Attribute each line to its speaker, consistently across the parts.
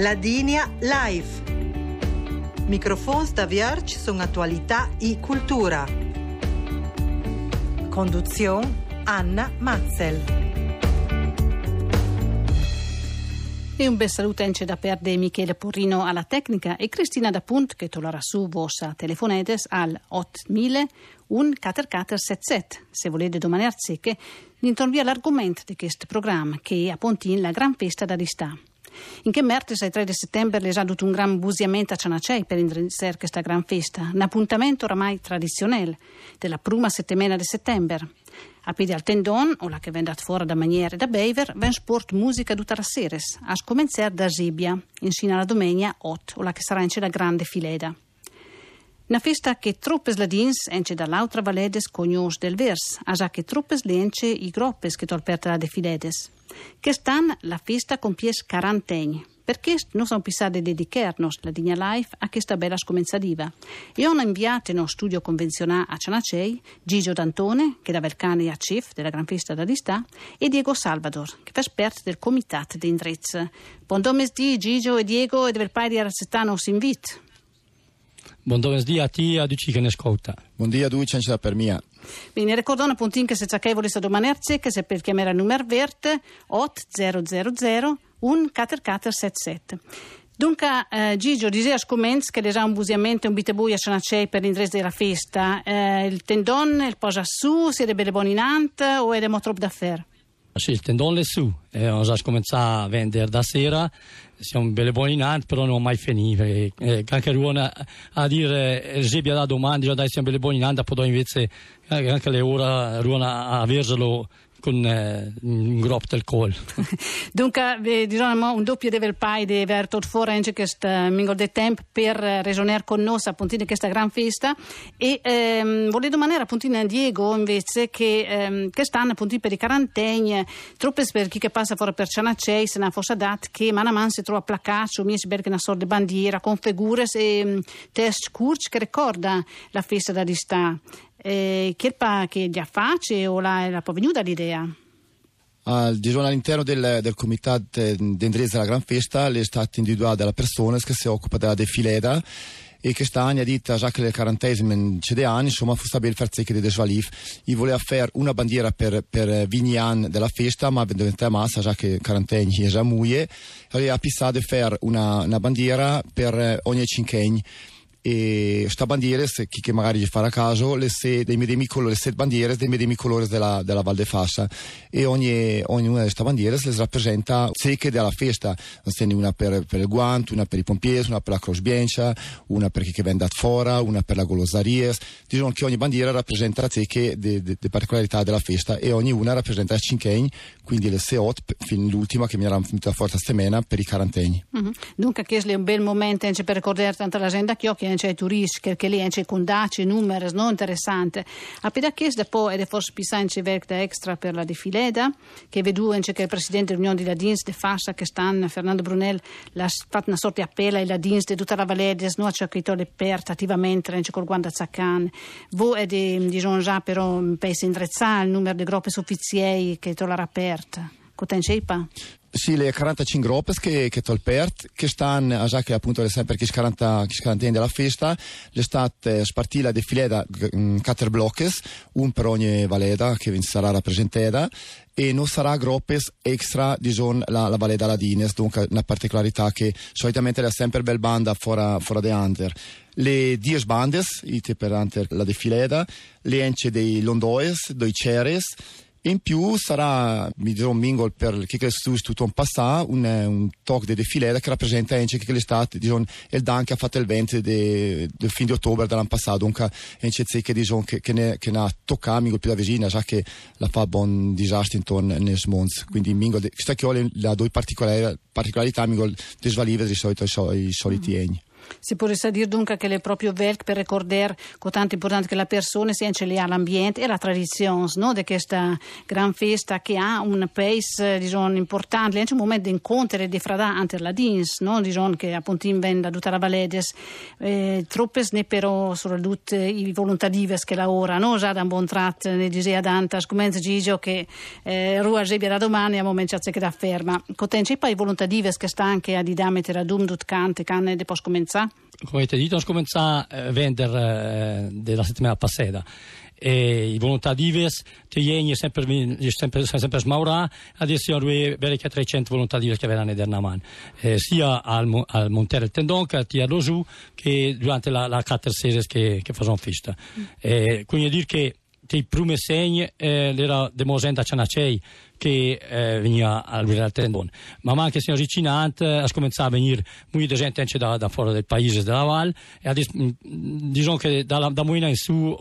Speaker 1: Ladinia Live. Microfons da Vierge sono attualità e cultura. Conduzione Anna Mazzel.
Speaker 2: E un bel saluto anche da perde Michele Porrino alla tecnica e Cristina da Punt che tolerà su vostra telefonetes al 8000 14477 se volete domanarsi che intorno all'argomento di questo programma che è a Pontin la gran festa da Distà. In che mertes il 3 di settembre le ha dato un gran busiamento a Cianacei per indirizzare questa gran festa, un appuntamento oramai tradizionale della prima settimana di settembre. A piedi al tendon, o la che vendat fuori da maniere da bever, ven sport musica tutta la seres, a scominciare da Sibia, insina la domenica 8, o la che sarà la grande fileda. Una festa che troppes ladins ence dall'altra valedes cognos del vers, a già che troppes lence i groppes che tolperta la defiledes. Quest'anno la festa compies 40 anni. Perché non siamo pensati a dedicarnos la Digna Life a questa bella scomenzativa. E ho inviato in studio convenzionale a Cianacei Gigio D'Antone, che da Velcane a Cif della Gran Festa da Distà, e Diego Salvador, che fa esperto del Comitato di Indrizzo. Buon domesdì Gigio e Diego e del pai di Arzettano si invit.
Speaker 3: Buon domesdì a te e a tutti che ne ascolta.
Speaker 4: Buon dia a tutti, anche da per mia.
Speaker 2: Bene, ricordo una puntina che se c'è che volesse domanarci, che se per chiamare il numero verde 8000 14477. Dunque, Gigio, diceva scommenz che ha un busiamento e un bitebui a Cianacei per l'indrezzo della festa. Il tendon, il posa su, siete belle buoni in ant o è troppo da fare?
Speaker 3: Sì, il tendon è su, ho già cominciato a vendere da sera, siamo belle buoni in ant, però non mai finito. Anche Ruona a dire, Sibia da domani, già dai siamo belle buoni in ant, poi invece anche le ore Ruona a averlo con un gruppo del col.
Speaker 2: Dunque, diciamo, un doppio deve il pai di aver tutto fuori anche questo mingo del tempo per ragionare con noi appunto in questa gran festa e volevo domandare appunto a Diego invece che quest'anno appunto per i quarantenni troppe per chi che passa fuori per Cianacei se ne fosse dato che man a man si trova placaccio mi sembra che una sorta di bandiera con figure e test curci che ricorda la festa da Distà. Che già face o la può venuta l'idea?
Speaker 4: All'interno del comitato d'indrizzo della Gran Festa è stata individuata dalla persona che si occupa della defileda e che sta anni ha detto già che le 40esime c'è anni insomma fu stabile per sé che di Svalif io voleva fare una bandiera per Vignan della festa ma diventa massa già che 40 anni è già muie allora ha pensato di fare una bandiera per ogni cinquenni e sta bandiere chi che magari farà caso le sette bandiere dei medesimi colori della Val de Fassa e ognuna di queste bandiere le rappresenta secche della festa una per il guanto, una per i pompieri, una per la Croce Bianca, una per chi che vende fora, una per la Golosaries diciamo che ogni bandiera rappresenta secche di particolarità della festa e ognuna rappresenta cinquenni quindi le 6-8 fino all'ultima che mi era venuta forte a settimana per i quarantenni.
Speaker 2: Dunque che è un bel momento anche per ricordare tanta la gente che c'è turisti che lì c'è condaci numeri no interessante a pedacchies poi ed è forse pisante verta extra per la defileda che vedo anche che il presidente dell'Unione di Ladins de Fassa che stanno Fernando Brunel l'ha fatto una sorta di appello ai Ladins di tutta la Valedes no c'è che le perta attivamente anche col Guanda Zaccan voi diciamo già però pensi indrezzare il numero di groppe uffiziali che te l'ha aperta cotencepa.
Speaker 4: Sì, le 45 groppe che tolpert, che stanno, già che appunto le sempre che 40 anni della festa, le state spartite la defileda 4 blocchi, un per ogni valeda che sarà rappresentata e non sarà groppes extra di la valeda Ladines, dunque una particolarità che solitamente è sempre bel banda fuori de Hunter. Le 10 bandes, per Hunter la defileda, le ence dei Londoes, dei Ceres, in più sarà un mingle per chi che stu tutto un passato un talk di defilera che rappresenta anche che l'estate il Dan che ha fatto il 20 del fine di ottobre dell'anno passato dunque anche che ne ha toccato mingle più da vicina già che la fa buon disastro intorno nel monz quindi mingle questa che ha due particolarità mingle di svalive di solito i soliti egni.
Speaker 2: Si può dire dunque che è proprio velc per ricordare con tanto importante che la persona si ce l'ha all'ambiente e la tradizione, no? Di questa gran festa che ha un paese importante, è un momento di incontro e di fradà anche la dins, no? Che appunto in da tutta la Valedes, troppe ne però soprattutto i volontari che lavorano, no? Già da un buon tratto ne diceva Dantas, come Gigio che Rua Gebia da domani a momento che da ferma. Cotenci poi i volontari che sta anche a diametro a dum dut cante canne de posso cominciare?
Speaker 3: Come avete detto, si comincia a vendere della settimana passata. E i volontari tieni sempre smaurà, adesso abbiamo che 300 volontari che verranno da Naman, sia al Monterre del Tendon che a Losù che durante la 4 sere che fanno festa. Quindi dire che i primi segni era demosenda Cianacei che veniva al Tendon, ma anche se avvicinante ha cominciato a venire molta gente anche da fuori del paese della Val, e adesso diciamo che da Moina in su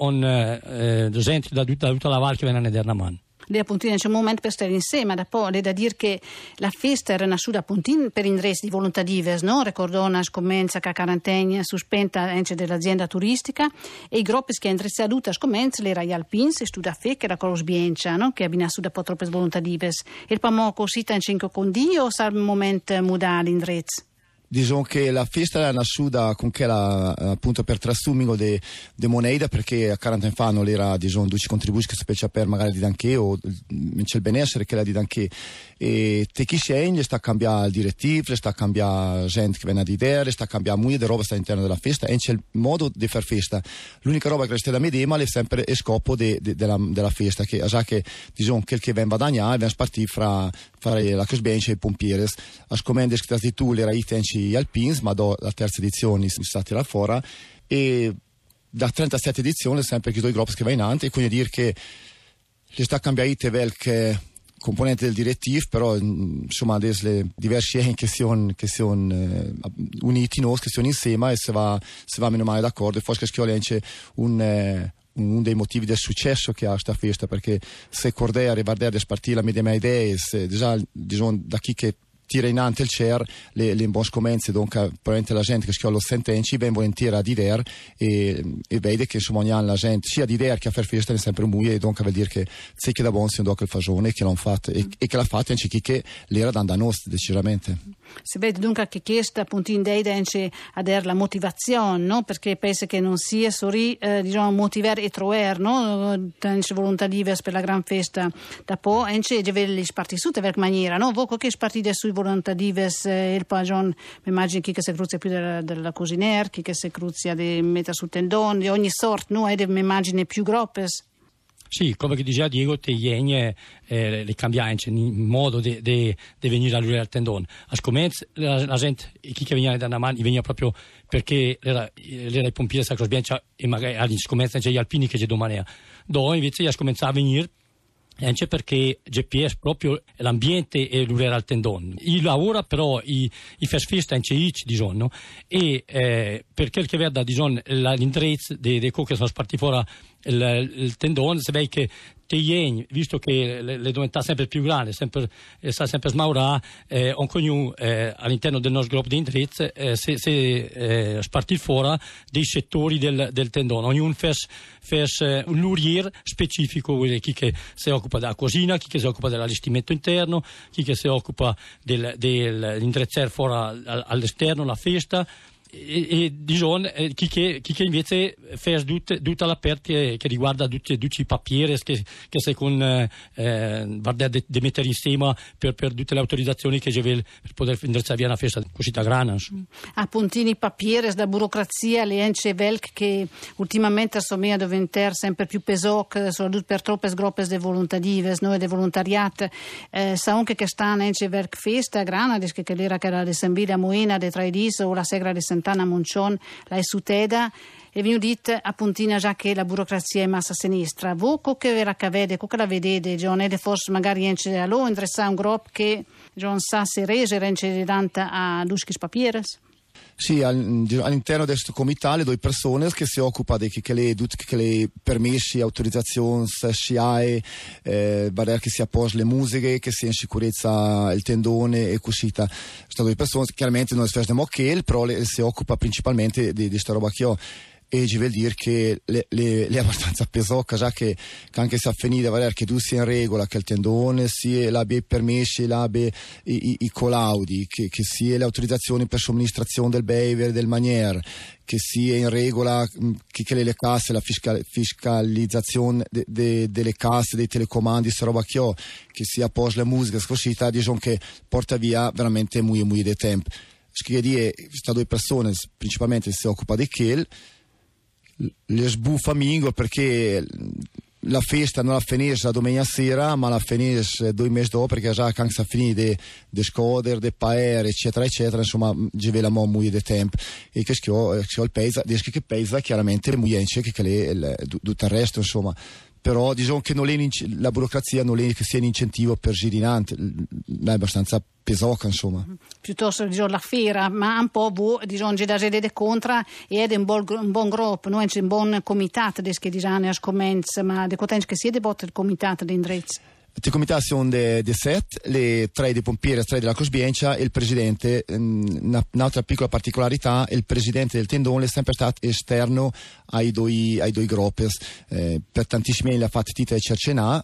Speaker 3: gente da tutta la Val che viene a Dernaman.
Speaker 2: Appunto c'è un momento per stare insieme, da poi è da dire che la festa era nasciuta appunto per indresi di volontari, no? Ricordò una scommenza che a quarantena sospenta anche dell'azienda turistica, e i gruppi che indrezzato a scommenza l'era gli alpins e studa fe che era con lo sbiencia, no? Che abbia nasciuta po' troppe volontari, e il pamoco si in 5 condi o sa il momento muda l'indrezzo?
Speaker 4: Diciamo che la festa era nasciuta con che era appunto per trassumigo de moneta, perché a 40 anni fa non era diciamo 12 contributi che si fece per magari di danche o c'è il benessere che era di danche, e te chi sceglie sta a cambiare il direttivo, sta a cambiare gente che viene ad idee, sta a cambiare molto di roba sta all'interno della festa, e c'è il modo di far festa. L'unica roba che resta da medema è sempre il scopo della festa, che già che diciamo che viene a guadagnare viene spartire fra fare la cosbencia e i pompieri. A scomende che tu le raitenci gli alpins, ma do la terza edizione sono stati là fuori, e da 37 edizioni sempre che due gruppi che va in avanti, e quindi dire che le sta cambiando qualche componente del direttivo, però insomma adesso le diversi enti che sono uniti noi, che sono insieme, e se va meno male d'accordo, e forse che c'è un dei motivi del successo che ha questa festa, perché se Cordea riguarda di spartire la medesima idea, già diciamo, da chi che tira in ante il CER le buone scommenze, dunque probabilmente la gente che schiolo sentenci ben volentieri ad idea, e vede che insomma ogni anno la gente sia di idea che a far festa è sempre un muoio, e dunque vuol dire che se che da buon si doc il fagione che l'hanno fatto e che l'ha fatto anche chi che l'era da nos decisamente.
Speaker 2: Si vede dunque che questa appunto in dei anche ad la motivazione, no? Perché penso che non sia diciamo motivare e trovare, no? Tanti volontari per la gran festa da po' anche deve li spartire su in maniera, no? Voi che spartite sui volontari il pagion, mi immagino chi che si cruzia più della cusinera, chi che si cruzia di metà sul tendone, di ogni sorta, no? E mi immagino più groppe.
Speaker 3: Sì, come che diceva Diego, te ieni le cambiano in modo di venire a lui al tendone. A scomenza la gente, chi che veniva da una mano, veniva proprio perché era i pompieri a Crosbiancia, e magari a scomenza c'è gli alpini che c'è domani. Dove invece ha cominciato a venire anche perché GPS proprio l'ambiente e l'urere al tendone. Il lavoro però i festa anche diciamo, no? E per quel che veda diciamo l'indrezzo dei che sono spartiti fuori il tendone, se vedi che te ieni, visto che le diventa sempre più grande, sta sempre smaurà, ognuno all'interno del nostro gruppo di indrezzo se spartire fuori dei settori del tendone. Ognuno fa un lurier specifico, chi che si occupa della cucina, chi che si occupa dell'allestimento interno, chi che si occupa dell'indrezzare fuori all'esterno la festa, e diciamo chi che invece fa tutta la parte che riguarda tutti i papieri che si con di mettere insieme per tutte le autorizzazioni che c'è per poter indirizzare via una festa così da grana.
Speaker 2: Appuntini papieri da burocrazia le ence velc che ultimamente assomiglia a diventare sempre più pesoc, soprattutto per troppe groppe de volontarives, no, e de volontariat, sa anche che stanno ence velc festa grana che l'era che era de Sambilla Moena de Traidis o la Segra de Sant'Anna Moncion la è suteda, e vi ho detto appuntina già che la burocrazia è massa a sinistra. Voi che vera che vede, che la vedete, John, e forse magari ence a lo interessare un gruppo che John sa se regere ence danta a luschi papieres?
Speaker 4: Sì, all'interno di questo comitato 2 persone che si occupano di che le permessi, autorizzazioni, SCIAE, che si apposta le musiche, che sia in sicurezza il tendone e così. Queste 2 persone chiaramente non si fanno che, però si occupa principalmente di questa roba che ho. E ci vuol dire che le è abbastanza pesocca, già che anche se ha finito che tu sia in regola, che il tendone sia l'abbia i permessi, l'abbia i colaudi, che sia le autorizzazioni per somministrazione del bever, del manier, che sia in regola che le casse, la fiscalizzazione delle casse, dei telecomandi, questa roba che ho, che sia post la musica, così, diciamo che porta via veramente molto di tempo. Che dire, queste 2 persone principalmente si occupa di Kiel, le sbuffa mingo perché la festa non la finisce la domenica sera, ma la finisce 2 mesi dopo, perché già quando si finì di scoder, di paer, eccetera eccetera, insomma ci vediamo molto di tempo, e che ho il paese, che pesa chiaramente molto che tutto il resto, insomma. Però diciamo che la burocrazia non è che sia un incentivo per girinante, è abbastanza pesocca, insomma.
Speaker 2: Piuttosto la fiera, ma un po' c'è da sedere contro e è un buon gruppo, non è un buon comitato che disane a scommenze, ma di quanto che siete botte il comitato di indirizzo?
Speaker 4: Il comitato sono di 7, le 3 dei pompieri, 3 della Cosbienza, e il presidente, un'altra piccola particolarità, il presidente del tendone è sempre stato esterno ai due gruppi, per tantissimi anni l'ha fatto Tita e Cercenà,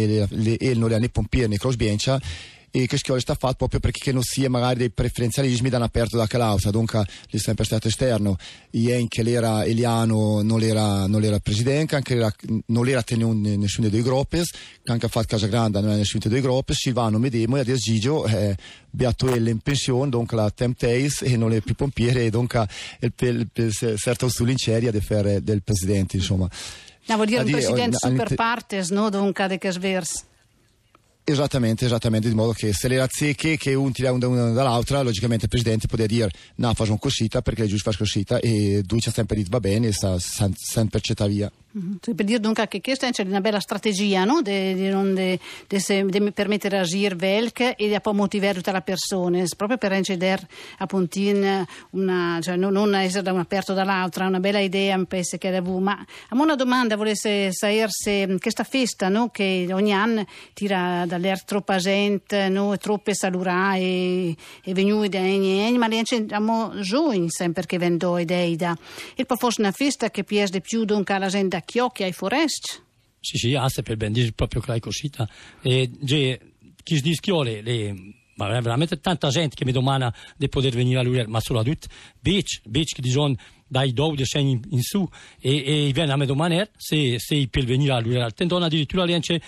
Speaker 4: e non le ha né pompieri né Cosbienza, e che sta fatto proprio perché non sia magari dei preferenzialismi da un aperto da calausa, dunque è sempre stato esterno. Ien che l'era Eliano non era presidente, anche non era tenuto nessuno dei gruppi, anche ha fatto Casagrande non era nessuno dei due gruppi, Silvano Medemo e adesso Gigio beato elle in pensione, dunque la Temptace e non è più pompiere, e dunque il certo sull'inceria di fare del presidente, insomma.
Speaker 2: Vuol dire un presidente super partes, no? Dunque di che svers.
Speaker 4: Esattamente, di modo che se le razzecche che un tira una dall'altra, logicamente il presidente poteva dire no, faccio un cosita perché è giusto fare cosita, e lui ci ha sempre detto va bene, sta sempre cetta via.
Speaker 2: Per dire dunque che questa è una bella strategia, no? di permettere di agire velc e di poi motivare tutta la persona, proprio per incedere appunto cioè non essere da un aperto dall'altra, una bella idea, mi penso che è ma a una domanda volesse sapere se questa festa, no? Che ogni anno tira dall'air troppa gente, no? Troppe salurà e venuti da ogni, ma le abbiamo giovani sempre che vendono idee da e poi forse una festa che piace di più dunque alla gente da chiocchi ai foresti.
Speaker 3: Sì, se per ben dire proprio che l'hai cosita. E chi si dischiole ma veramente tanta gente che mi domanda di poter venire a lui, ma soprattutto beach che dicono dai 12 in su e viene a me domandare se per venire a lui al tendone, addirittura si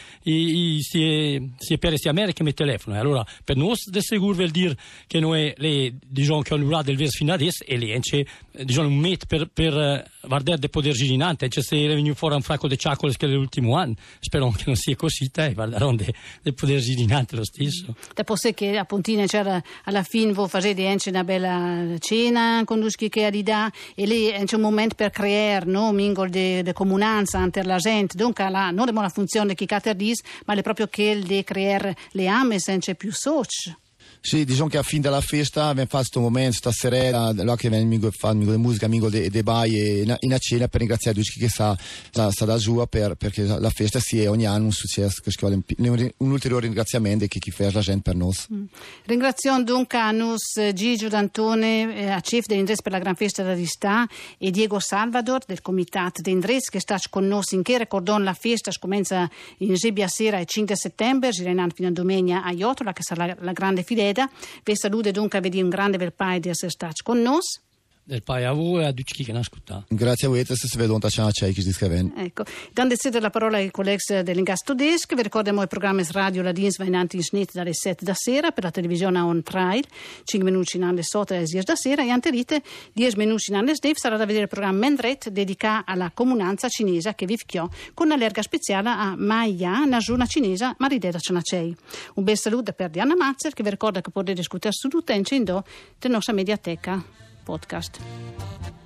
Speaker 3: è per questi America mi telefono, e allora per noi di sicuro vuol dire che noi diciamo che hanno del verso fino adesso e lì diciamo un met per guardare di poter girinante, se è venuto fuori un fracco di ciaccole che l'ultimo anno, spero che non sia così, e guardarono di poter girinante lo stesso.
Speaker 2: Dopo se che appunto c'era alla fine voi facete una bella cena con due che di da e lì c'è un momento per creare, no? Mingol di comunanza entre la gente, dunque non è la funzione che Cater dice, ma è proprio che di creare le ame senza più soci.
Speaker 4: Sì, diciamo che a fine della festa abbiamo fatto questo momento stasera, là che viene amico di musica, amico di bai in a cena per ringraziare tutti che sta da giù perché la festa è ogni anno un successo, che vuole un ulteriore ringraziamento che chi fa la gente per noi.
Speaker 2: Ringraziamo dunque a noi Gigio D'Antone, a chef dell'Indres per la Gran Festa da Distà, e Diego Salvador del Comitato d'Indres che sta con noi in che ricordano la festa comincia in Gebbia sera il 5 settembre, gireranno fino a domenica a Iotola che sarà la grande fidea. Vi saluto dunque a vedere un grande bel paio di essere stati con noi.
Speaker 3: Del paio a voi e a tutti che hanno ascoltato.
Speaker 4: Grazie a voi, se si vedono a c'è chi si scrive.
Speaker 2: Ecco, dando la parola ai colleghi dell'Ingasto Desk, vi ricordiamo il programma radio la Dins va in snit dalle 7 da sera per la televisione on trial, 5 minuti in alle 8 alle 10 da sera e anterite 10 minuti in alle 10 sarà da vedere il programma Mendret dedicato alla comunanza cinese che vive con una lerga speciale a Maya, una giornata cinese maridetta Cenacei. Un bel saluto per Diana Mazzer che vi ricorda che potete discutere su tutto in del nostra mediateca podcast.